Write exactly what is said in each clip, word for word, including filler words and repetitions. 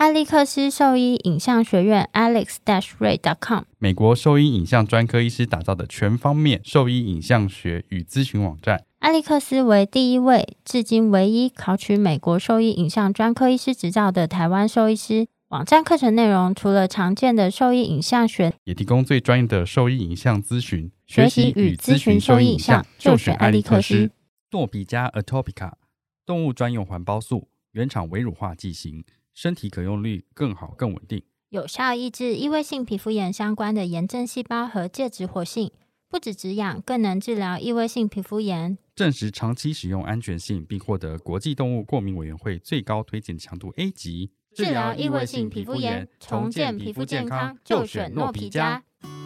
艾利克斯兽医影像学院 alex ray dot com 美国兽医影像专科医师打造的全方面兽医影像学与咨询网站。 艾利克斯为第一位至今唯一考取美国兽医影像专科医师执照的台湾兽医师。网站课程内容除了常见的兽医影像学， 也提供最专业的兽医影像咨询。 学习与咨询兽医影像就选艾利克斯。 诺比加 Atopica 动物专用环孢素，原厂微乳化剂型，身体可用率更好更稳定， 有效抑制异位性皮肤炎相关的炎症细胞和介质活性，不止止痒，更能治疗异位性皮肤炎， 证实长期使用安全性，并获得国际动物过敏委员会最高推荐强度 A 级。 治疗异位性皮肤炎，重建皮肤健康，就选诺皮加。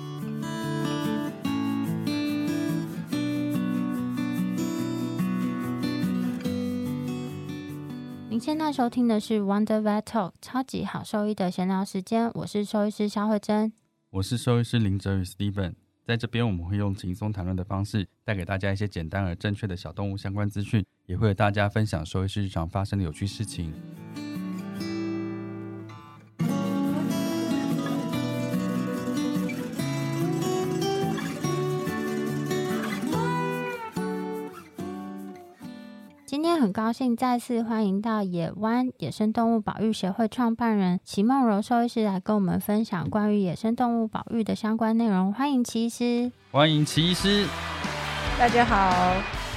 您现在收听的是 Wonder Vet Talk 超级好兽医的闲聊时间，我是兽医师肖慧珍， 我是兽医师林哲宇 Steven。在这边我们会用轻松谈论的方式带给大家一些简单而正确的小动物相关资讯，也会和大家分享兽医师日常发生的有趣事情。 今天很高兴再次欢迎到野湾野生动物保育协会创办人齐梦柔兽医师来跟我们分享关于野生动物保育的相关内容。欢迎齐医师。 欢迎齐医师。 大家好，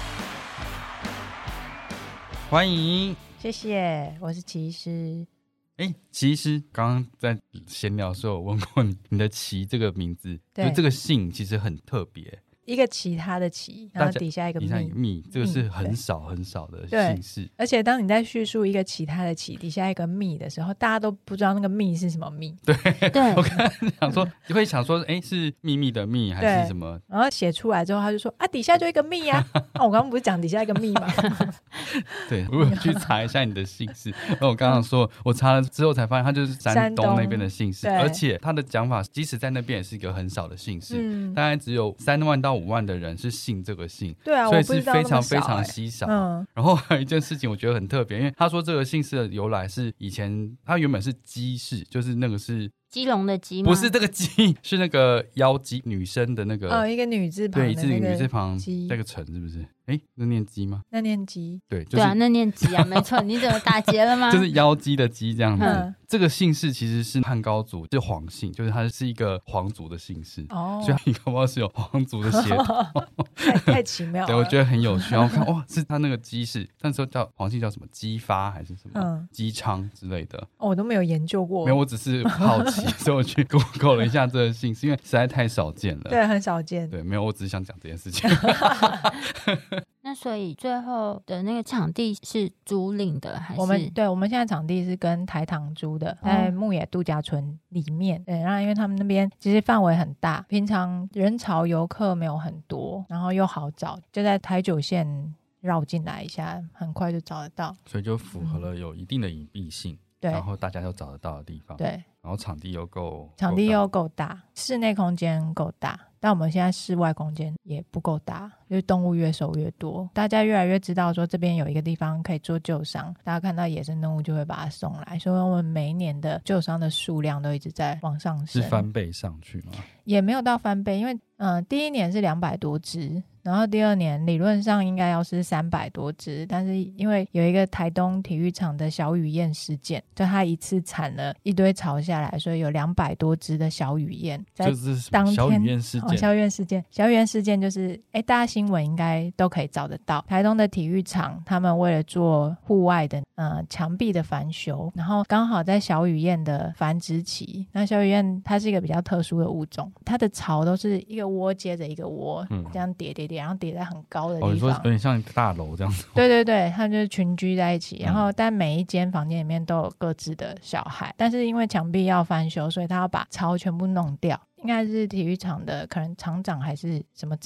欢迎， 谢谢，我是齐医师。 哎，齐医师，刚刚在闲聊的时候我问过你，你的齐这个名字，就这个姓其实很特别， 一个其他的其，然后底下一个密， 密这个是很少很少的姓氏。 而且当你在叙述一个其他的其底下一个密的时候，大家都不知道那个密是什么密。 对对， 我刚刚想说，你会想说，哎，是秘密的密还是什么？ 然后写出来之后，他就说啊，底下就一个密啊。啊我刚刚不是讲底下一个密吗？ 对，我有去查一下你的姓氏。那我刚刚说，我查了之后才发现，他就是山东那边的姓氏，而且他的讲法，即使在那边也是一个很少的姓氏，嗯、大概只有三万到五万的人是姓这个姓， 对啊， 所以是非常非常稀少。嗯、然后还有一件事情我觉得很特别，因为他说这个姓氏的由来是以前他原本是姬氏，就是那个是基隆的基吗？ 不是这个鸡，是那个妖姬，女生的那个哦，一个女字旁的、那个， 对，一个女字旁那个陈，是不是？哎，那念鸡吗？ 那念鸡， 对，就是、 对啊，那念鸡啊，没错。你怎么打结了吗？ 就是妖姬的姬这样子。 嗯、 这个姓氏其实是汉高祖，是皇姓，就是他是一个皇族的姓氏，哦，所以他搞不好是有皇族的血统， 太太奇妙了。 对，我觉得很有趣。然后看哇，是他那个姬氏，那时候叫皇姓叫什么姬发还是什么姬昌之类的、 哦，我都没有研究过。 没有，我只是好奇，所以我去 Google 了一下这个姓氏，因为实在太少见了。 对，很少见。 对，没有，我只是想讲这件事情。 那所以最后的那个场地是租赁的还是？ 我们对，我们现在场地是跟台糖租的，在牧野度假村里面。对，然后因为他们那边其实范围很大，平常人潮游客没有很多，然后又好找，就在台九线绕进来一下，很快就找得到， 所以就符合了有一定的隐蔽性。对，然后大家都找得到的地方。 对， 然后场地又够， 场地又够大，室内空间够大，但我们现在室外空间也不够大，就是动物越收越多，大家越来越知道说这边有一个地方可以做救伤，大家看到野生动物就会把它送来，所以我们每一年的救伤的数量都一直在往上升。 是翻倍上去吗？ 也没有到翻倍，因为嗯、呃，第一年是两百多只，然后第二年理论上应该要是三百多只，但是因为有一个台东体育场的小雨燕事件，就它一次产了一堆巢下来，所以有两百多只的小雨燕。 就是当天小雨燕事件、 哦、小雨燕事件小雨燕事件就是哎，大家新闻应该都可以找得到，台东的体育场他们为了做户外的呃墙壁的翻修，然后刚好在小雨燕的繁殖期，那小雨燕它是一个比较特殊的物种，它的巢都是一个窝接着一个窝、嗯、这样叠叠叠，然后叠在很高的地方。 哦，你说有点像大楼这样子。 对对对，他们就是群居在一起，然后但每一间房间里面都有各自的小孩，但是因为墙壁要翻修，所以他要把巢全部弄掉。应该是体育场的可能厂长还是什么长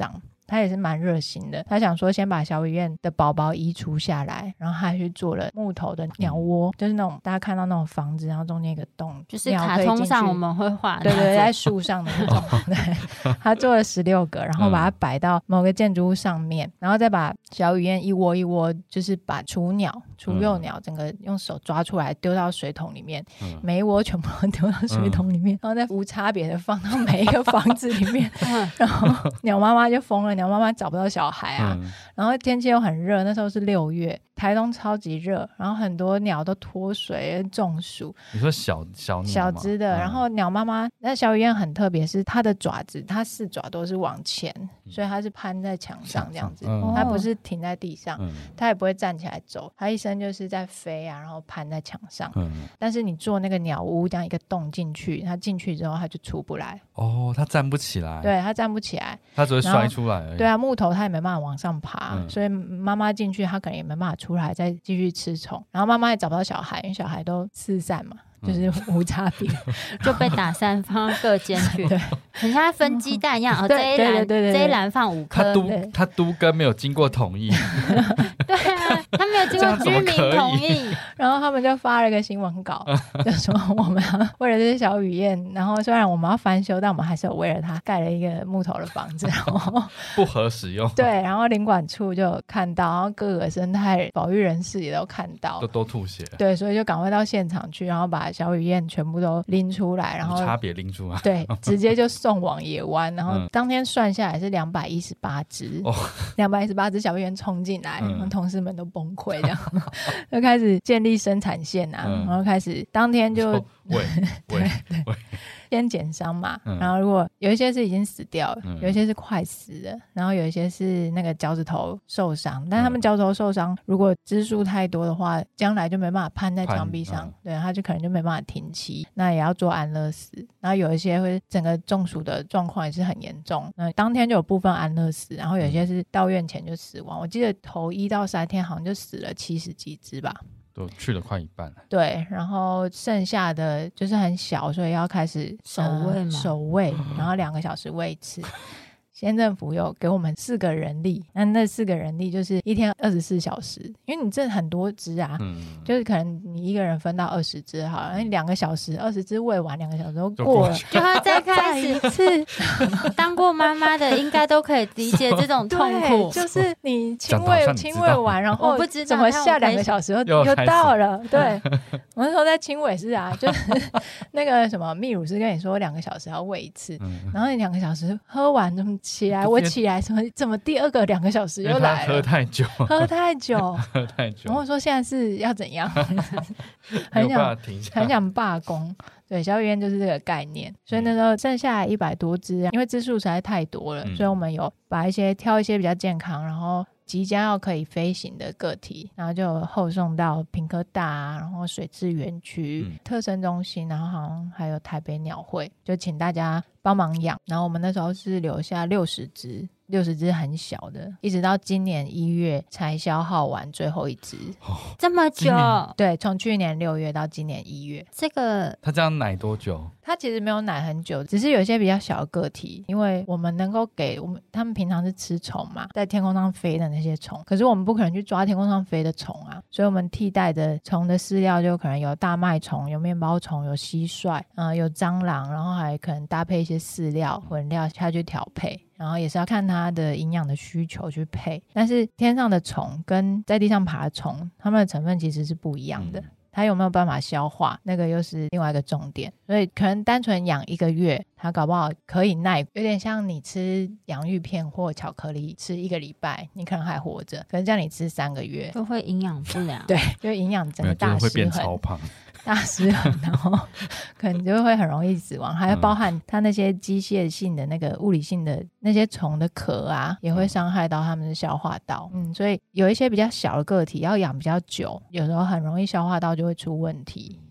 他也是蛮热心的，他想说先把小雨燕的宝宝移除下来，然后他还去做了木头的鸟窝，就是那种大家看到那种房子然后中间一个洞， 就是卡通上我们会画的， 对对，在树上的那种对，他做了十六个，然后把它摆到某个建筑物上面，然后再把小雨燕一窝一窝，就是把雏鸟雏幼鸟整个用手抓出来丢到水桶里面，嗯、每一窝全部都丢到水桶里面，嗯、然后再无差别的放到每一个房子里面，嗯、然后鸟妈妈就疯了，鸟妈妈找不到小孩啊，嗯、然后天气又很热，那时候是六月，台东超级热，然后很多鸟都脱水中暑。 你说小小鸟小只的，嗯、然后鸟妈妈那小雨燕很特别，是它的爪子，它四爪都是往前，嗯、所以它是攀在墙上这样子，嗯、它不是停在地上，嗯、它也不会站起来走，它一生就是在飞啊，然后攀在墙上。嗯、但是你做那个鸟屋，这样一个洞进去，它进去之后它就出不来。 哦，它站不起来。 对，它站不起来， 它只会摔出来而已。 对啊，木头它也没办法往上爬，嗯、所以妈妈进去，它可能也没办法出来，再继续吃虫。然后妈妈也找不到小孩，因为小孩都四散嘛。就是无差别，嗯、 就被打散放到各间去，对，很像分鸡蛋一样。哦，这一篮这一篮放五颗。 他都他都跟没有经过同意， 对啊，他没有经过居民同意。 然后他们就发了一个新闻稿，就说我们要为了这些小雨燕，然后虽然我们要翻修，但我们还是有为了它盖了一个木头的房子，然后不合使用。 对，然后林管处就有看到，然后各个生态保育人士也都看到， 都都吐血。 对，所以就赶快到现场去，然后把小雨燕全部都拎出来，然后差别拎出来， 对，直接就送往野湾，然后当天算下来是两百一十八只，两百一十八只小雨燕冲进来，嗯、然后同事们都崩溃，这样就开始建立生产线啊，嗯、然后开始当天就喂喂喂。 先减伤嘛，嗯、然后如果有一些是已经死掉了，嗯、有一些是快死了，然后有一些是那个脚趾头受伤，但他们脚趾头受伤，如果只数太多的话，将来就没办法攀在墙壁上，嗯、对，他就可能就没办法停栖，那也要做安乐死。然后有一些会整个中暑的状况也是很严重，那当天就有部分安乐死，然后有些是到院前就死亡。我记得头一到三天好像就死了七十几只吧。 都去了快一半了， 对，然后剩下的就是很小，所以要开始守卫嘛， 守卫，然后两个小时喂一次。县政府有给我们四个人力，那那四个人力就是一天二十四小时，因为你这很多只啊，嗯、就是可能你一个人分到二十只好了，两个小时二十只喂完，两个小时都过了， 就要再开始一次。当过妈妈的应该都可以理解这种痛苦， 就是你亲喂亲喂完，然后我不知道怎么下两个小时又又到了，对，我那时候在亲喂是啊，就是那个什么泌乳师跟你说两个小时要喂一次，嗯、然后你两个小时喝完怎么？起来，我起来，怎么怎么第二个两个小时又来了？ 喝太久， 喝太久， 喝太久。 然后说现在是要怎样？很想很想罢工。对，小雨燕就是这个概念。所以那时候剩下来一百多只，因为只数实在太多了，嗯、所以我们有把一些挑一些比较健康，然后即将要可以飞行的个体，然后就后送到屏科大、啊、然后水质园区、嗯、特生中心，然后好像还有台北鸟会，就请大家帮忙养。然后我们那时候是留下六十只，六十只很小的，一直到今年一月才消耗完最后一只。 哦、这么久？ 对，从去年六月到今年一月。 这个它这样奶多久？ 它其实没有奶很久，只是有一些比较小的个体，因为我们能够给我们，他们平常是吃虫嘛，在天空上飞的那些虫，可是我们不可能去抓天空上飞的虫啊，所以我们替代的虫的饲料就可能有大麦虫、有面包虫、有蟋蟀、呃、有蟑螂，然后还可能搭配一些饲料混料下去调配，然后也是要看它的营养的需求去配。但是天上的虫跟在地上爬的虫，它们的成分其实是不一样的、嗯它有没有办法消化，那个又是另外一个重点。所以可能单纯养一个月，它搞不好可以耐，有点像你吃洋芋片或巧克力吃一个礼拜你可能还活着，可是叫你吃三个月就会营养不良。 对，就营养整个大失衡， 会变超胖， 大失衡，然后可能就会很容易死亡。还包含它那些机械性的那个物理性的那些虫的壳啊，也会伤害到它们的消化道。嗯，所以有一些比较小的个体要养比较久，有时候很容易消化道就会出问题。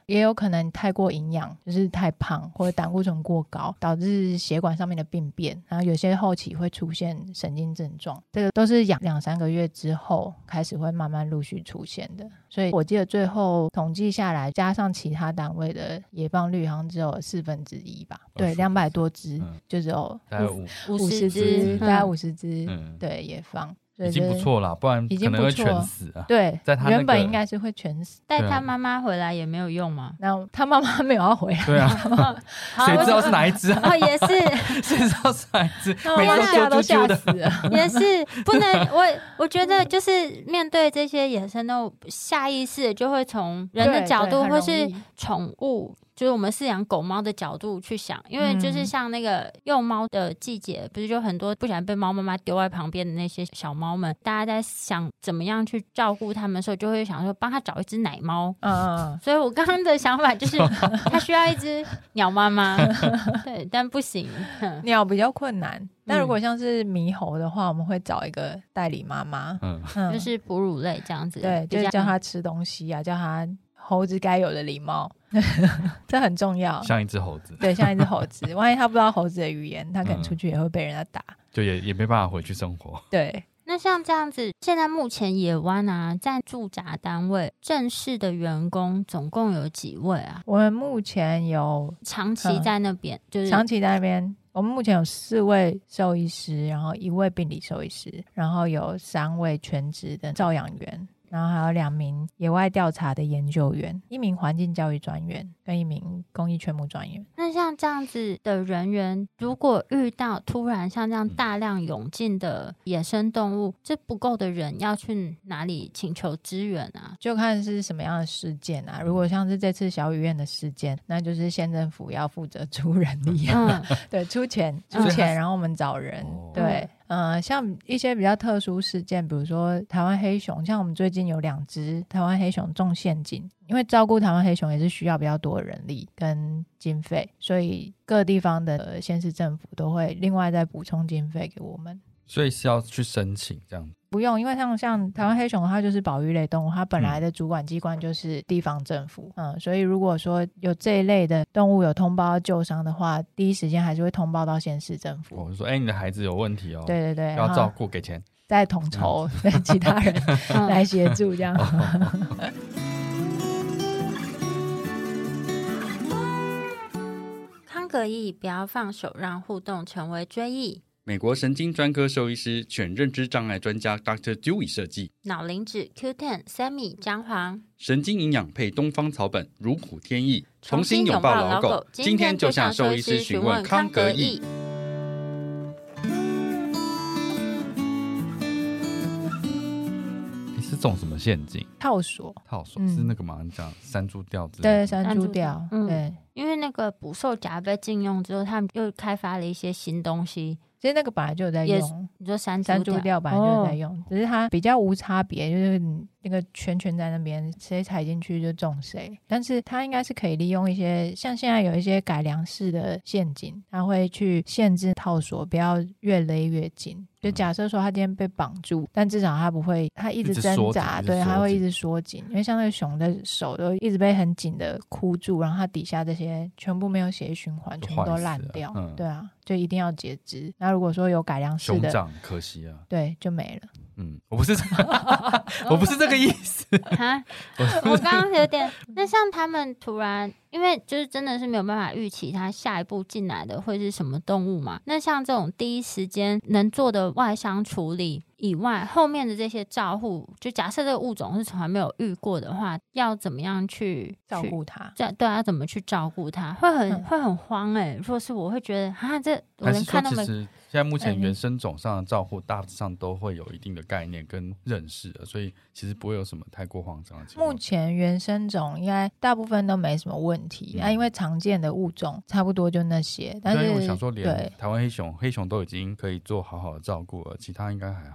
也有可能太过营养，就是太胖或者胆固醇过高，导致血管上面的病变，然后有些后期会出现神经症状，这个都是养两三个月之后开始会慢慢陆续出现的。所以我记得最后统计下来，加上其他单位的野放率好像只有四分之一吧，对，两百多只、嗯、就只有大概五五十只，大概五十只，嗯，对，野放已经不错啦，不然可能会全死啊。 对， 在他、那个、 原本应该是会全死。 带他妈妈回来也没有用嘛。 然后他妈妈没有要回来。 对啊，谁知道是哪一只啊？ 哦，也是， 谁知道是哪一只？ 每次都吓死了。 也是不能，我我觉得就是面对这些野生动物，下意识就会从人的角度或是宠物。就是我们饲养狗猫的角度去想，因为就是像那个幼猫的季节，不是就很多不想被猫妈妈丢在旁边的那些小猫们，大家在想怎么样去照顾它们的时候，就会想说帮它找一只奶猫。嗯，所以我刚刚的想法就是它需要一只鸟妈妈，对，但不行， 鸟比较困难。但如果像是猕猴的话，我们会找一个代理妈妈， 嗯，就是哺乳类这样子， 对，就是叫它吃东西啊，叫它猴子该有的礼貌。这很重要， 像一只猴子， 对，像一只猴子。万一他不知道猴子的语言，他可能出去也会被人家打，嗯、 就也也没办法回去生活。 对， 那像这样子，现在目前野湾啊，在驻扎单位正式的员工总共有几位啊？ 我们目前有长期在那边、嗯，就是长期在那边。我们目前有四位兽医师，然后一位病理兽医师，然后有三位全职的照养员。然后还有两名野外调查的研究员，一名环境教育专员跟一名公益劝募专员。 那像这样子的人员，如果遇到突然像这样大量涌进的野生动物，这不够的人要去哪里请求支援啊？ 就看是什么样的事件啊。如果像是这次小雨燕的事件，那就是县政府要负责出人力、嗯、对，出钱出钱，然后我们找人、哦、对。呃，像一些比较特殊事件，比如说台湾黑熊，像我们最近有两只台湾黑熊中陷阱，因为照顾台湾黑熊也是需要比较多的人力跟经费，所以各地方的县市政府都会另外再补充经费给我们。 所以是要去申请这样？ 不用，因为像像台湾黑熊它就是保育类动物，它本来的主管机关就是地方政府， 嗯, 嗯，所以如果说有这一类的动物有通报救伤的话，第一时间还是会通报到县市政府。 我、哦、说哎、欸，你的孩子有问题哦， 对对对， 要照顾给钱， 再统筹对其他人来协助这样。 康格义不要放手，让互动成为追忆。 美国神经专科兽医师、犬认知障碍专家 Doctor Dewey 设计。 脑磷脂 Q 十 Sammy 姜黄。 神经营养配东方草本，如虎添翼。重新拥抱老狗，今天就向兽医师询问康格义。是种什么陷阱？ 套索。 套索、嗯、是那个嘛？你讲山猪吊之类的。 对，山猪吊、嗯。对， 因为那个捕兽夹被禁用之后，他们又开发了一些新东西。 其实那个本来就有在用， 你说山山猪吊本来就有在用、哦，只是它比较无差别，就是那个圈圈在那边，谁踩进去就中谁。但是它应该是可以利用一些，像现在有一些改良式的陷阱，它会去限制套索不要越勒越紧。就假设说它今天被绑住，但至少它不会，它一直挣扎，对，它会一直缩紧。因为像那个熊的手都一直被很紧的箍住，然后它底下这些全部没有血液循环，全部都烂掉、嗯。对啊，就一定要截肢。那如果说有改良式的， 熊掌可惜啊， 对，就没了。 嗯，我不是我不是这个意思啊！我刚刚有点，那像他们突然，因为就是真的是没有办法预期他下一步进来的会是什么动物嘛。那像这种第一时间能做的外伤处理以外，后面的这些照护，就假设这个物种是从来没有遇过的话，要怎么样去照顾它？ 对，要怎么去照顾它？会很、嗯、会很慌哎、欸。如果是我会觉得啊，这我连看都没。 现在目前原生种上的照护大致上都会有一定的概念跟认识的，所以其实不会有什么太过慌张的情况。 目前原生种应该大部分都没什么问题、嗯、啊，因为常见的物种差不多就那些。但是我想说连台湾黑熊黑熊都已经可以做好好的照顾了，其他应该还好。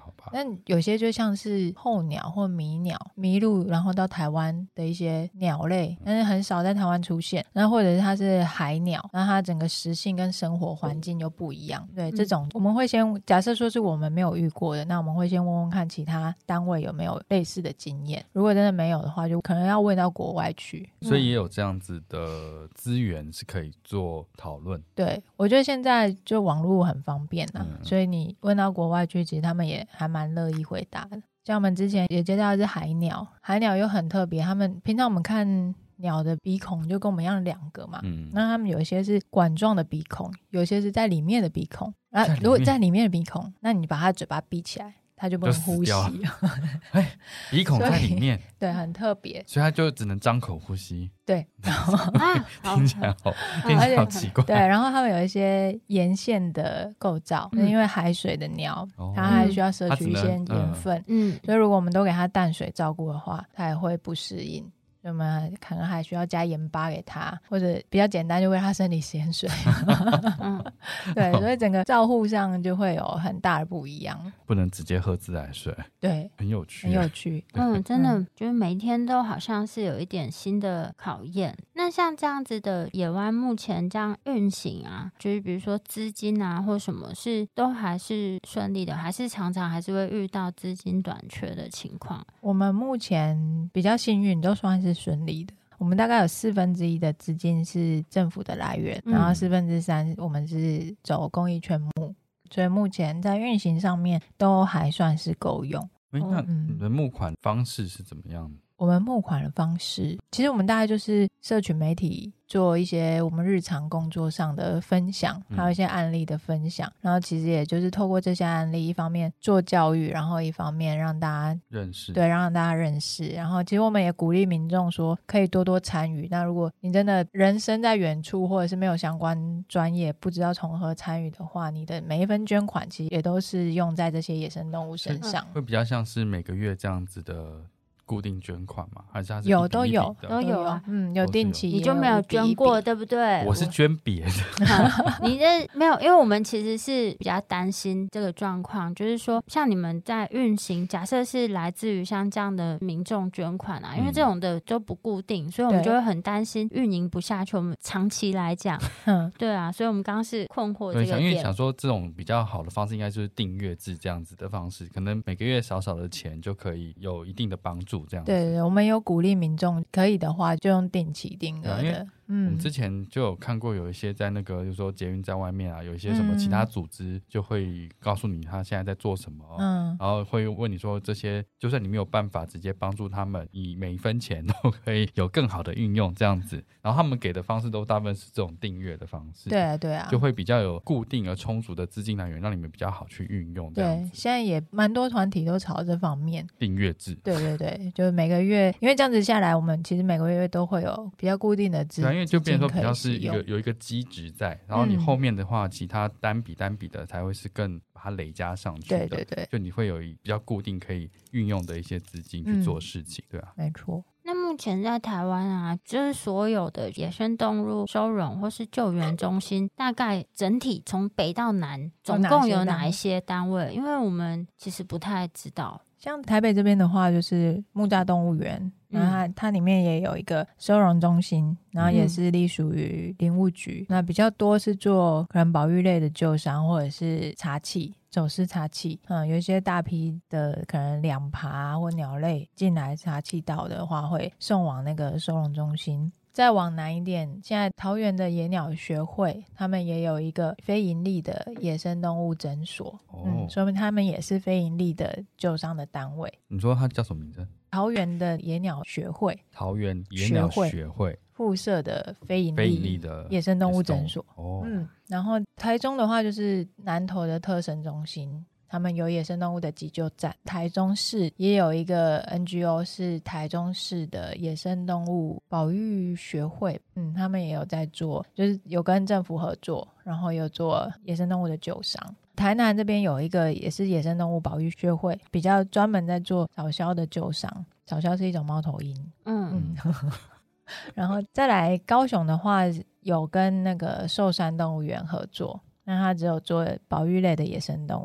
好吧。 那有些就像是候鸟或迷鸟迷路然后到台湾的一些鸟类，但是很少在台湾出现，然后或者是它是海鸟，然后它整个食性跟生活环境又不一样，对、嗯、这种我们会先假设说是我们没有遇过的，那我们会先问问看其他单位有没有类似的经验，如果真的没有的话就可能要问到国外去， 所以也有这样子的资源是可以做讨论。 对，我觉得现在就网络很方便啊、嗯、所以你问到国外去其实他们也还蛮乐意回答的。像我们之前也接到的是海鸟，海鸟又很特别，他们平常我们看鸟的鼻孔就跟我们一样两个嘛，嗯，那他们有一些是管状的鼻孔，有些是在里面的鼻孔，啊，如果在里面的鼻孔，那你把它嘴巴闭起来它就不能呼吸了哎，鼻孔在里面对，很特别， 所以它就只能张口呼吸。 对，然后听起来好听起来好奇怪。 对，然后他们有一些沿线的构造、嗯、因为海水的鸟、哦、它还需要摄取一些盐分，嗯，所以如果我们都给它淡水照顾的话它也会不适应，我们可能还需要加盐巴给它，或者比较简单就喂它生理食盐水嗯，对，所以整个照护上就会有很大的不一样， 不能直接喝自来水。 对， 很有趣， 很有趣。 嗯，真的就是每一天都好像是有一点新的考验。那像这样子的野湾目前这样运行啊，就是比如说资金啊或什么是都还是顺利的，还是常常还是会遇到资金短缺的情况？ 我们目前比较幸运，都算是顺利的。我们大概有四分之一的资金是政府的来源、嗯、然后四分之三我们是走公益劝募，所以目前在运行上面都还算是够用。 那你的募款方式是怎么样的？ 我们募款的方式其实我们大概就是社群媒体做一些我们日常工作上的分享，还有一些案例的分享、嗯、然后其实也就是透过这些案例一方面做教育，然后一方面让大家认识， 对，让大家认识，然后其实我们也鼓励民众说可以多多参与，那如果你真的人身在远处或者是没有相关专业不知道从何参与的话，你的每一分捐款其实也都是用在这些野生动物身上， 会比较像是每个月这样子的固定捐款吗？还是它是有都有都有啊？ 嗯，有定期， 你就没有捐过对不对？ 我是捐别的你这没有，因为我们其实是比较担心这个状况，就是说像你们在运行，假设是来自于像这样的民众捐款啊，因为这种的都不固定，所以我们就会很担心运营不下去。我们长期来讲对啊，所以我们刚刚是困惑这个点， 因为想说这种比较好的方式应该就是订阅制这样子的方式，可能每个月少少的钱就可以有一定的帮助这样子。 对对，我们有鼓励民众可以的话就用定期定额的。 嗯，我们之前就有看过有一些在那个就是说捷运站外面啊，有一些什么其他组织就会告诉你他现在在做什么、嗯、然后会问你说这些就算你没有办法直接帮助他们，以每一分钱都可以有更好的运用这样子，然后他们给的方式都大部分是这种订阅的方式。 对啊对啊， 就会比较有固定而充足的资金来源，让你们比较好去运用这样子。 对，现在也蛮多团体都朝这方面订阅制。 对对对，就是每个月，因为这样子下来我们其实每个月都会有比较固定的资金， 因为就变成说比较是一个有一个基值在，然后你后面的话、嗯、其他单笔单笔的才会是更把它累加上去的。 对对对， 就你会有比较固定可以运用的一些资金去做事情、嗯、对啊， 没错。 那目前在台湾啊，就是所有的野生动物收容或是救援中心，大概整体从北到南总共有哪一些单位？因为我们其实不太知道。 像台北这边的话就是木栅动物园，然后 它,、嗯、它里面也有一个收容中心，然后也是隶属于林务局、嗯、那比较多是做可能保育类的救伤或者是查缉走私查缉，嗯，有一些大批的可能两爬或鸟类进来查缉到的话会送往那个收容中心。再往南一点，现在桃园的野鸟学会他们也有一个非营利的野生动物诊所、哦、嗯，说明他们也是非营利的救伤的单位。 你说它叫什么名字？ 桃园的野鸟学会。 桃园野鸟学会附设的非营利的野生动物诊所。哦，嗯，然后台中的话就是南投的特生中心，他们有野生动物的急救站。台中市也有一个 N G O 是台中市的野生动物保育学会，嗯，他们也有在做，就是有跟政府合作，然后有做野生动物的救伤。台南这边有一个也是野生动物保育学会，比较专门在做早枭的救伤。早枭是一种猫头鹰。嗯嗯然后再来高雄的话有跟那个寿山动物园合作，那它只有做保育类的野生动物，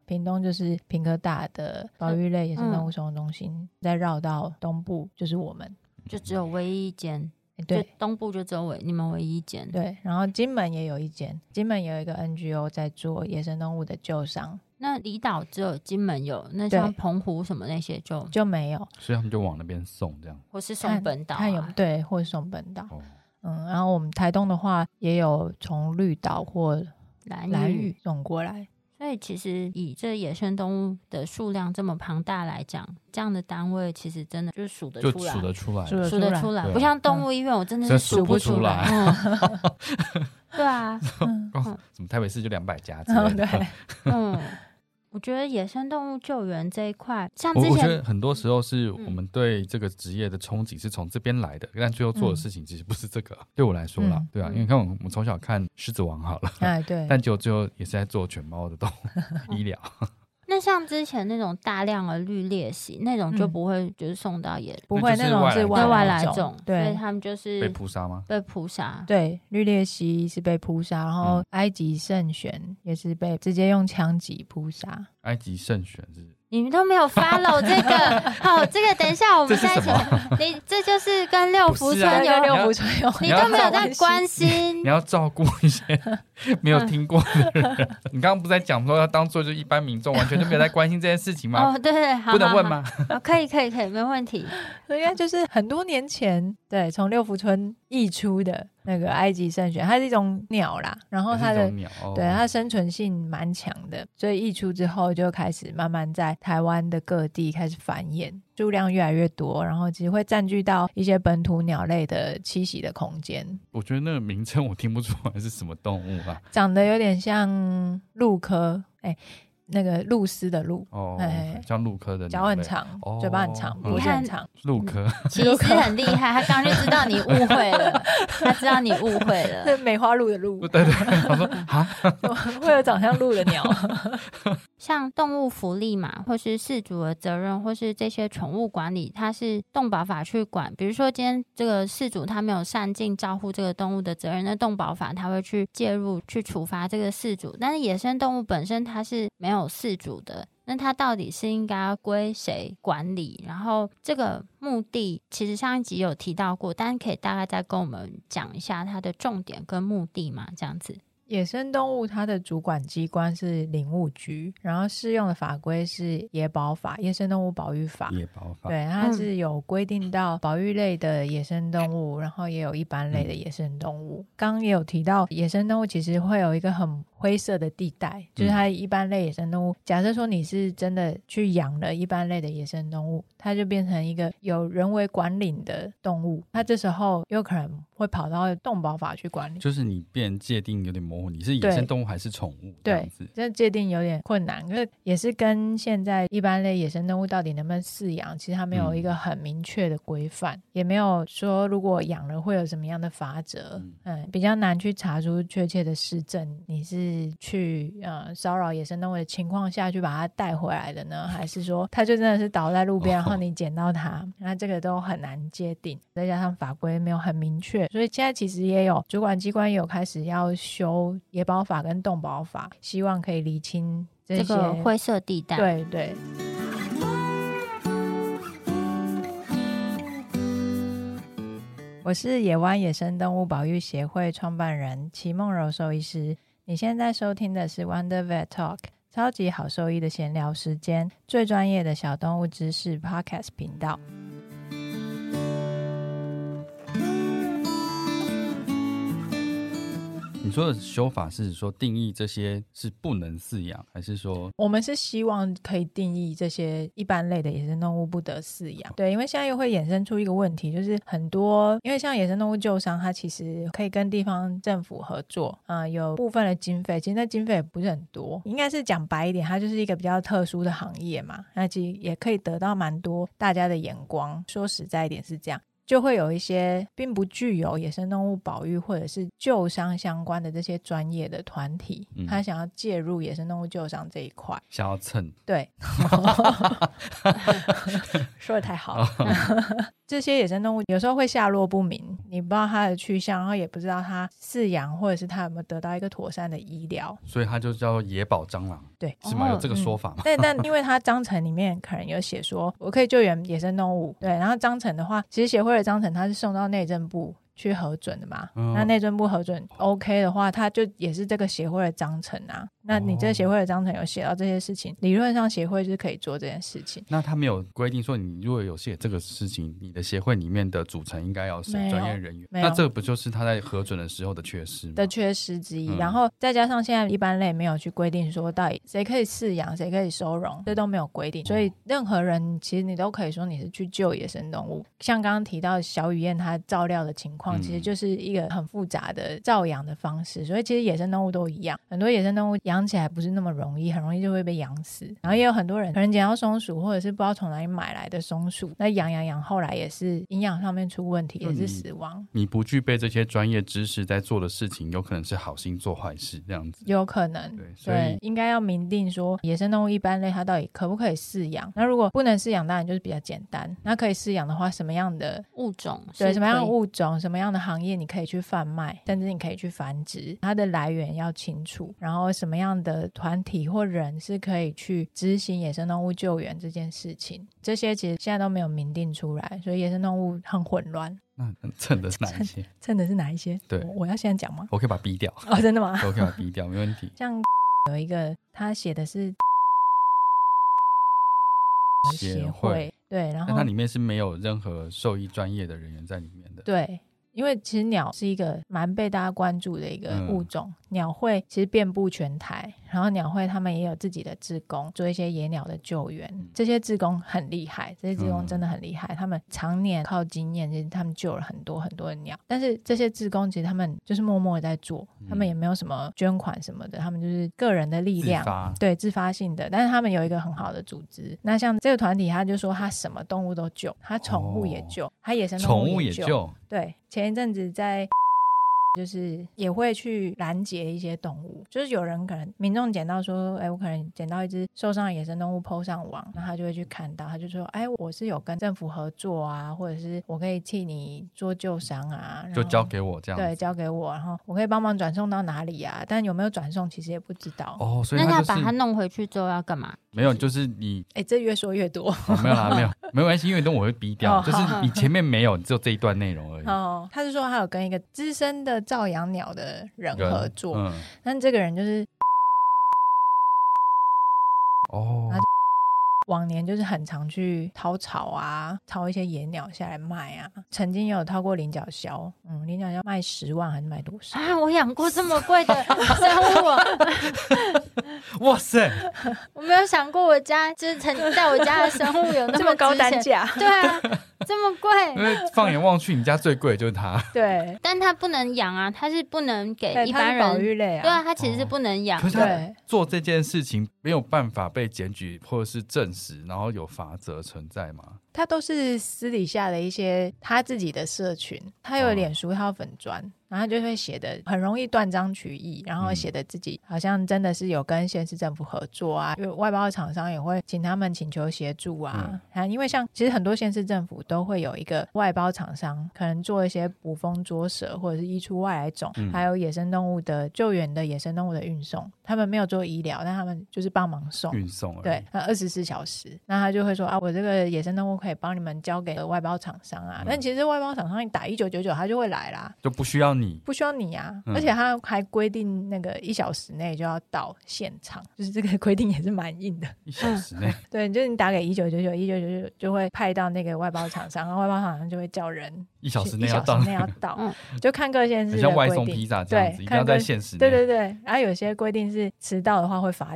屏东就是屏科大的保育类野生动物收容中心，嗯、再绕到东部就是我们， 就只有唯一一间。 对， 就东部就只有你们唯一一间。 对，然后金门也有一间，金门有一个 N G O 在做野生动物的救伤。 那离岛只有金门有，那像澎湖什么那些就就没有， 所以他们就往那边送这样， 或是送本岛、啊， 看有对，或是送本岛。 哦、 嗯，然后我们台东的话，也有从绿岛或兰兰屿送过来。 所以其实以这野生动物的数量这么庞大来讲，这样的单位其实真的就是数得出来， 就数得出来， 数得出来，不像动物医院，嗯、我真的是数不出来。 嗯、 对啊， 嗯，什么台北市就两百家之类的。 哦、对， 嗯。我觉得野生动物救援这一块，像之前我觉得很多时候是我们对这个职业的憧憬是从这边来的，嗯、但最后做的事情其实不是这个。嗯、对我来说啦，嗯、对啊，因为看我们从小看《狮子王》好了， 哎对， 但就最后也是在做犬猫的动物医疗。 那像之前那种大量的绿鬣蜥那种就不会就是送到野、嗯、 不会，那种是外外来种， 对， 所以他们就是被扑杀吗？ 被扑杀， 对，绿鬣蜥是被扑杀，然后埃及圣玄也是被直接用枪击扑杀。 埃及圣玄是？ 你们都没有 follow 这个，好，这个等一下我们再一起。你这就是跟六福村有、 啊、六福村有， 你都没有在关心。 你要照顾一些没有听过的人。嗯、你刚刚不是在讲说要当做就一般民众，完全都没有在关心这件事情吗？ 哦，对对，好， 不能问吗？ 好好可以可以可以，没问题。 应该就是很多年前，对，从六福村溢出的那个埃及圣玄，它是一种鸟啦，然后它的鸟、哦、 对它生存性蛮强的，所以溢出之后就开始慢慢在台湾的各地开始繁衍，数量越来越多，然后其实会占据到一些本土鸟类的栖息的空间。 我觉得那个名称我听不出来是什么动物啊， 长得有点像鹿科，哎。那个露丝的鹿， 哦，像鹿科的， 脚很长，哦、嘴巴很长，脖子很长， 鹿科其实很厉害，他刚刚就知道你误会了，他知道你误会了， 是梅花鹿的鹿， 对对，他说啊， 会有长相鹿的鸟。 像动物福利嘛，或是饲主的责任，或是这些宠物管理，它是动保法去管。比如说今天这个饲主他没有善尽照护这个动物的责任，那动保法他会去介入去处罚这个饲主。但是野生动物本身它是没有饲主的，那它到底是应该要归谁管理？然后这个目的其实上一集有提到过，但是可以大概再跟我们讲一下它的重点跟目的嘛，这样子。 野生动物它的主管机关是林务局，然后适用的法规是野保法、野生动物保育法。 野保法， 对，它是有规定到保育类的野生动物，嗯、然后也有一般类的野生动物。刚刚也有提到，野生动物其实会有一个很灰色的地带，就是它一般类野生动物、嗯、假设说你是真的去养了一般类的野生动物，它就变成一个有人为管理的动物，它这时候有可能会跑到动保法去管理， 就是你变界定有点模糊，你是野生动物还是宠物？ 对，这界定有点困难，可是也是跟现在一般类野生动物到底能不能饲养，其实它没有一个很明确的规范、嗯、也没有说如果养了会有什么样的罚则。 嗯, 嗯，比较难去查出确切的事证，你是去呃骚扰野生动物的情况下去把它带回来的呢，还是说它就真的是倒在路边、哦、然后你捡到它，那这个都很难界定，再加上法规没有很明确，所以现在其实也有主管机关也有开始要修野保法跟动保法，希望可以厘清这些这个灰色地带。 对对。我是野湾野生动物保育协会创办人齐梦柔兽医师，你现在收听的是 Wonder Vet Talk， 超级好兽医的闲聊时间，最专业的小动物知识 Podcast 频道。 你说的修法是说定义这些是不能饲养，还是说我们是希望可以定义这些一般类的野生动物不得饲养？对，因为现在又会衍生出一个问题，就是很多因为像野生动物救伤，它其实可以跟地方政府合作啊、呃，有部分的经费，其实那经费也不是很多，应该是讲白一点，它就是一个比较特殊的行业嘛，那其实也可以得到蛮多大家的眼光，说实在一点是这样。 就会有一些并不具有野生动物保育或者是救伤相关的这些专业的团体、嗯、他想要介入野生动物救伤这一块， 想要蹭， 对说得太好了这些野生动物有时候会下落不明，你不知道它的去向，然后也不知道它饲养或者是它有没有得到一个妥善的医疗， 所以它就叫野保蟑螂， 对， 是吗、哦、有这个说法吗、 嗯、但但因为它章程里面可能有写说我可以救援野生动物，对，然后章程的话其实协会的章程它是送到内政部去核准的嘛、嗯、那内政部核准 OK 的话，它就也是这个协会的章程啊，那你这个协会的章程有写到这些事情、哦、理论上协会是可以做这件事情。 那他没有规定说你如果有写这个事情，你的协会里面的组成应该要是专业人员，那这个不就是他在核准的时候的缺失吗？ 的缺失之一、嗯、然后再加上现在一般类没有去规定说到底谁可以饲养谁可以收容，这都没有规定，所以任何人其实你都可以说你是去救野生动物。像刚刚提到小雨燕她照料的情况、嗯、其实就是一个很复杂的照养的方式，所以其实野生动物都一样，很多野生动物养起来不是那么容易，很容易就会被养死，然后也有很多人可能捡到松鼠或者是不知道从哪里买来的松鼠，那养养养后来也是营养上面出问题，也是死亡。 你不具备这些专业知识在做的事情有可能是好心做坏事，这样子有可能。对，所以对应该要明定说野生动物一般类它到底可不可以饲养，那如果不能饲养当然就是比较简单，那可以饲养的话什么样的物种， 对，什么样的物种什么样的行业你可以去贩卖，甚至你可以去繁殖，它的来源要清楚，然后什么样的团体或人是可以去执行野生动物救援这件事情，这些其实现在都没有明定出来，所以野生动物很混乱。 那蹭的是哪一些？ 蹭的是哪一些？ 对， 我, 我要现在讲吗？ 我可以把它逼掉。 哦，真的吗？ 我可以把它逼掉，没问题。 像有一个他写的是协会，对，然后但它里面是没有任何兽医专业的人员在里面的。 对，因为其实鸟是一个蛮被大家关注的一个物种、嗯、鸟会其实遍布全台，然后鸟会他们也有自己的志工做一些野鸟的救援、嗯、这些志工很厉害，这些志工真的很厉害、嗯、他们常年靠经验，其实他们救了很多很多的鸟，但是这些志工其实他们就是默默的在做、嗯、他们也没有什么捐款什么的，他们就是个人的力量，自发，对，自发性的，但是他们有一个很好的组织。那像这个团体他就说他什么动物都救，他宠物也救、哦、他野生动物也救，宠物也救，对，前一阵子在就是也会去拦截一些动物，就是有人可能民众捡到说哎，我可能捡到一只受伤的野生动物 po 上网，那他就会去看到，他就说哎，我是有跟政府合作啊，或者是我可以替你做救伤啊， 就交给我这样子， 对，交给我，然后我可以帮忙转送到哪里啊，但有没有转送其实也不知道哦。所以他、 就是、 那他把它弄回去之后要干嘛？ 没有，就是你哎，这越说越多、 哦、没有啦，没有没关系，因为等我会逼掉、哦、就是你前面没有，只有这一段内容而已。 哦，他是说他有跟一个资深的照养鸟的人合作、嗯、但这个人就是哦， 往年就是很常去掏草啊，掏一些野鸟下来卖啊，曾经有掏过菱角鸮，嗯，菱角鸮卖十万还是卖多少啊？我养过这么贵的生物哇塞， 我没有想过我家就是曾经在我家的生物有那么这么高单价， 对啊，这么贵， 因为放眼望去你家最贵的就是它， 对， 但它不能养啊，它是不能给一般人， 保育类啊， 对啊，它其实是不能养、 哦、可是他做这件事情没有办法被检举或者是证实然后有罚则存在吗？ 他都是私底下的一些他自己的社群，他有脸书，他有粉专、哦，然后他就会写的很容易断章取义，然后写的自己好像真的是有跟县市政府合作啊，因为外包的厂商也会请他们请求协助啊、嗯、因为像其实很多县市政府都会有一个外包厂商，可能做一些捕风捉蛇或者是移出外来种、嗯、还有野生动物的救援的野生动物的运送，他们没有做医疗，但他们就是帮忙送运送， 对，二十四小时，那他就会说啊，我这个野生动物可以帮你们交给外包厂商啊、嗯、但其实外包厂商你打一九九九他就会来啦， 就不需要你不需要你啊、嗯、而且他还规定那个一小时内就要到现场，就是这个规定也是蛮硬的， 一小时内、嗯、 对，就是你打给一九九九一九九九就会派到那个外包厂商，然后外包厂商就会叫人一小时内要到， 一小时内要到、嗯、就看各县市的规定， 像外送披萨这样子，一定要在限时内， 对对对，然后有些规定是迟到的话会罚钱，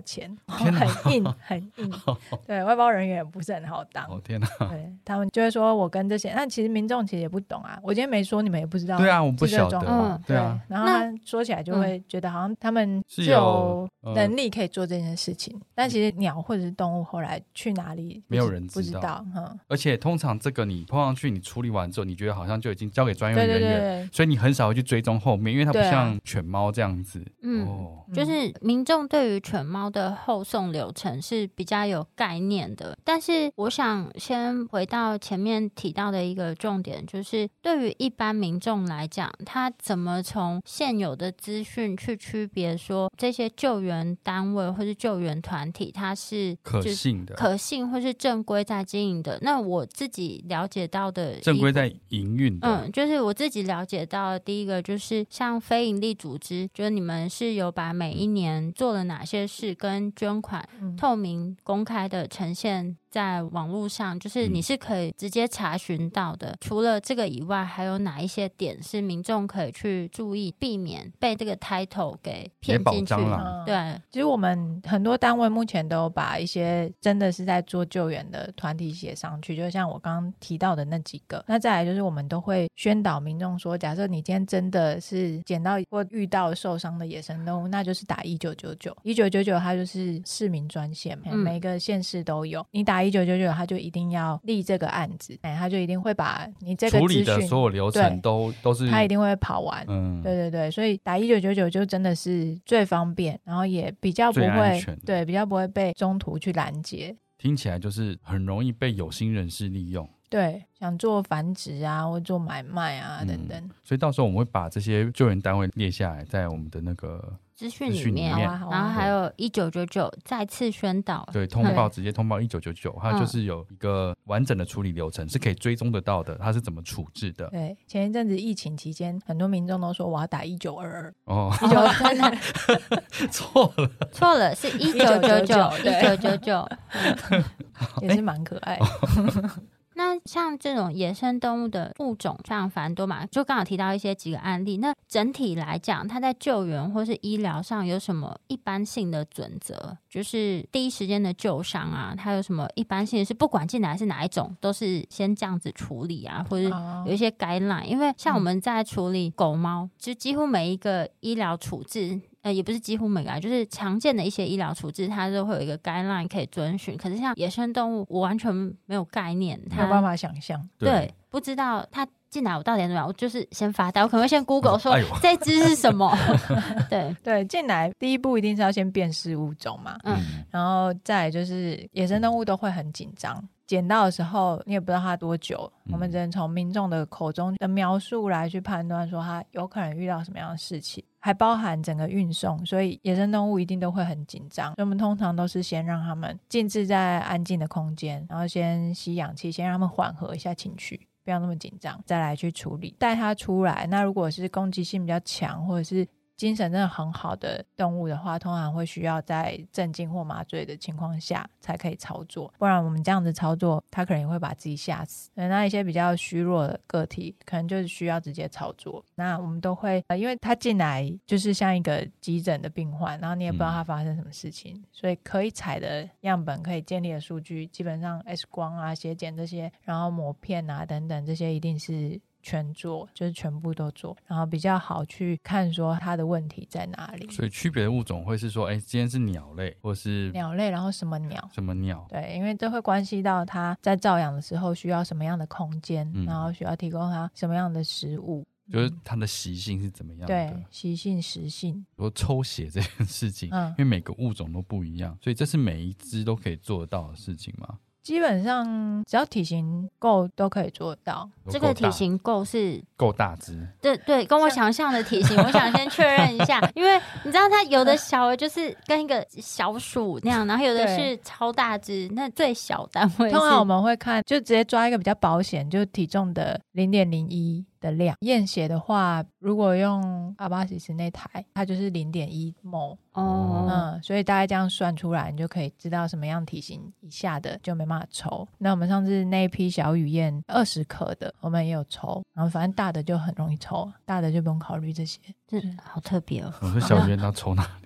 天哪很硬很硬对，外包人员也不是很好当。 哦天哪， 对，他们就会说我跟这些，那其实民众其实也不懂啊，我今天没说你们也不知道。 对啊，我不晓得、 嗯、 对啊， 然后他说起来就会觉得好像他们是有能力可以做这件事情、呃、但其实鸟或者是动物后来去哪里没有人不知道, 不知道、 嗯、而且通常这个你碰上去你处理完之后你觉得好像就已经交给专业人员， 对对对对， 所以你很少会去追踪后面，因为它不像犬猫这样子、啊、 嗯、 哦， 就是民众对于犬猫的后送流程是比较有概念的。但是我想先回到前面提到的一个重点，就是对于一般民众来讲，他怎么从现有的资讯去区别说这些救援单位或是救援团体它是可信的可信或是正规在经营的。那我自己了解到的正规在营运的， 嗯，就是我自己了解到的第一个就是像非营利组织，就是你们是有把每一年做了哪些事跟捐款、嗯、透明公开的呈现在网络上，就是你是可以直接查询到的、嗯、除了这个以外还有哪一些点是民众可以去注意避免被这个 title 给骗进去、 嗯、 对， 其实我们很多单位目前都有把一些真的是在做救援的团体写上去，就像我刚刚提到的那几个。那再来就是我们都会宣导民众说，假设你今天真的是捡到或遇到受伤的野生动物，那就是打一九九九，一九九九它就是市民专线、嗯、每个县市都有，你打一九九九它就一定要立这个案子，它就一定会把你这个处理的所有流程都都是它一定会跑完。 嗯， 对对对，所以打一九九九就真的是最方便，然后也比较不会对比较不会被中途去拦截。 听起来就是很容易被有心人士利用， 对，想做繁殖啊或做买卖啊、嗯、等等。 所以到时候我们会把这些救援单位列下来在我们的那个资讯里面， 里面啊啊、 然后还有一九九九再次宣导， 对，通报直接通报一九九九，它就是有一个完整的处理流程、嗯、是可以追踪得到的，它是怎么处置的。 对，前一阵子疫情期间很多民众都说我要打一九二二， 哦， 一九二二错了错了，是一九九九一九九九也是蛮可爱的、欸那像这种野生动物的物种非常繁多嘛，就刚好提到一些几个案例，那整体来讲它在救援或是医疗上有什么一般性的准则，就是第一时间的救伤啊，它有什么一般性的是不管进来是哪一种都是先这样子处理啊，或者有一些 guideline、哦、因为像我们在处理狗猫、嗯、就几乎每一个医疗处置呃，也不是几乎每个，就是常见的一些医疗处置它都会有一个 guideline 可以遵循，可是像野生动物我完全没有概念， 没有办法想象， 对, 对，不知道它进来我到底怎么样，我就是先发呆，我可能会先 Google 说、哎、这只是什么对对，进来第一步一定是要先辨识物种嘛，嗯，然后再来就是野生动物都会很紧张，捡到的时候你也不知道它多久、嗯、我们只能从民众的口中的描述来去判断说它有可能遇到什么样的事情，还包含整个运送，所以野生动物一定都会很紧张，所以我们通常都是先让他们静置在安静的空间，然后先吸氧气，先让他们缓和一下情绪，不要那么紧张，再来去处理带它出来。那如果是攻击性比较强或者是精神真的很好的动物的话，通常会需要在镇静或麻醉的情况下才可以操作，不然我们这样子操作它可能也会把自己吓死。那一些比较虚弱的个体可能就是需要直接操作，那我们都会、呃、因为他进来就是像一个急诊的病患，然后你也不知道他发生什么事情、嗯、所以可以采的样本可以建立的数据基本上 X 光啊血检这些，然后抹片啊等等，这些一定是全做，就是全部都做，然后比较好去看说它的问题在哪里。 所以区别的物种会是说，哎，今天是鸟类或是鸟类，然后什么鸟什么鸟， 对，因为这会关系到它在照养的时候需要什么样的空间、嗯、然后需要提供它什么样的食物， 就是它的习性是怎么样的， 对，习性食性。 比如抽血这件事情、嗯、因为每个物种都不一样，所以这是每一只都可以做得到的事情吗？ 基本上只要体型够都可以做得到。 这个体型够是够大只， 对对，跟我想象的体型我想先确认一下因为你知道它有的小的就是跟一个小鼠那样，然后有的是超大只，那最小单位通常我们会看就直接抓一个比较保险，就是体重的 零点零一的量。验血的话如果用阿巴西斯那台它就是 零点一 mol 哦，嗯，所以大概这样算出来你就可以知道什么样体型以下的就没办法抽。那我们上次那一批小雨燕二十克的我们也有抽，然后反正大的就很容易抽，大的就不用考虑这些。 这好特别哦。 我说小雨燕要抽哪里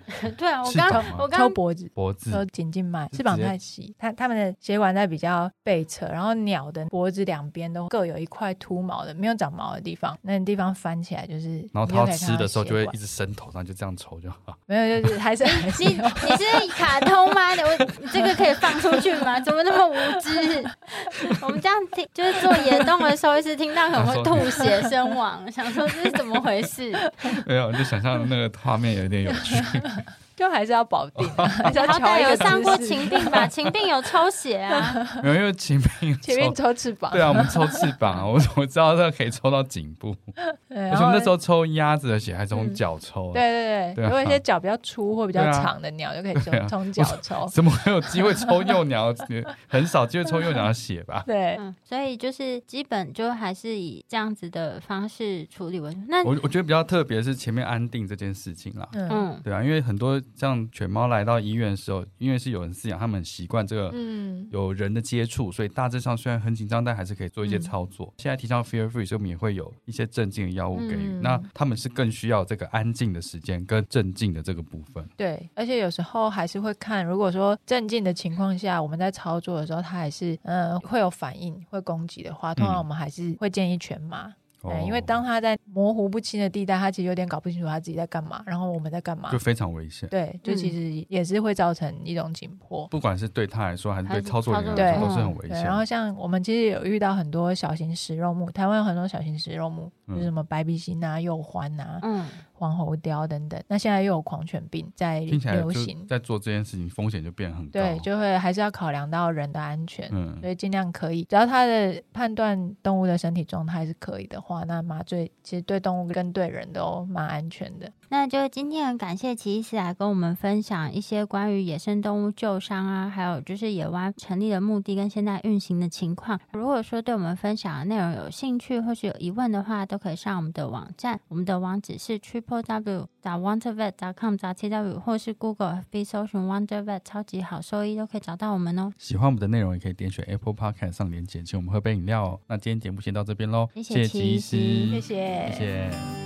对啊，我刚我刚抽脖子， 脖子抽颈静脉，翅膀太细，它它们的血管在比较背侧，然后鸟的脖子两边都各有一块秃毛的，没有长毛的地方，那个地方翻起来就是， 然后它吃的时候就会一直伸头上，就这样抽就好。 没有，就是还是还是你你是卡通吗？我这个可以放出去吗？怎么那么无知？我们这样听，就是做野动的兽医师听到可能会吐血身亡，想说这是怎么回事？ 没有，就想象那个画面有点有趣。 就还是要保定、啊，还是要好歹有上过情禽病吧？禽病有抽血啊？ 没有，因为禽病禽病抽翅膀。 对啊，我们抽翅膀啊，我我知道这个可以抽到颈部。而且我们那时候抽鸭子的血还是从脚抽、 嗯。对对 对, 对、啊，如果一些脚比较粗或比较长的鸟，就可以从从脚抽。 怎么会有机会抽幼鸟？很少机会抽幼鸟的血吧？ 对、 嗯，所以就是基本就还是以这样子的方式处理为主。那我我觉得比较特别是前面安定这件事情啦。嗯，对啊，因为很多像犬猫来到医院的时候，因为是有人饲养，他们很习惯这个有人的接触、嗯，所以大致上虽然很紧张，但还是可以做一些操作。嗯、现在提倡 fear free， 所以我们也会有一些镇静的药物给予、嗯。那他们是更需要这个安静的时间跟镇静的这个部分。 对，而且有时候还是会看，如果说镇静的情况下，我们在操作的时候，它还是呃会有反应、会攻击的话，通常我们还是会建议全麻。嗯嗯、因为当他在模糊不清的地带，他其实有点搞不清楚他自己在干嘛，然后我们在干嘛， 就非常危险。 对，就其实也是会造成一种紧迫， 不管是对他来说还是对操作人员来说都是很危险。 然后像我们其实有遇到很多小型食肉目，台湾有很多小型食肉目、嗯、就是什么白鼻心啊、鼬獾啊、嗯、黄喉貂等等。那现在又有狂犬病在流行， 在做这件事情风险就变得很高。 对，就会还是要考量到人的安全，嗯、所以尽量可以，只要他的判断动物的身体状态是可以的话，那麻醉其实对动物跟对人都蛮安全的。 那就今天很感谢齐医师来跟我们分享一些关于野生动物救伤啊，还有就是野湾成立的目的跟现在运行的情况。如果说对我们分享的内容有兴趣或是有疑问的话，都可以上我们的网站，我们的网址是 triple w dot wondervet dot com dot t w 或是 Google F B 搜寻 Wondervet 超级好兽医都可以找到我们哦。 喜欢我们的内容也可以点选 Apple Podcast 上连结，请我们喝杯饮料哦。那今天节目先到这边咯， 谢谢齐医师， 谢谢， 谢谢。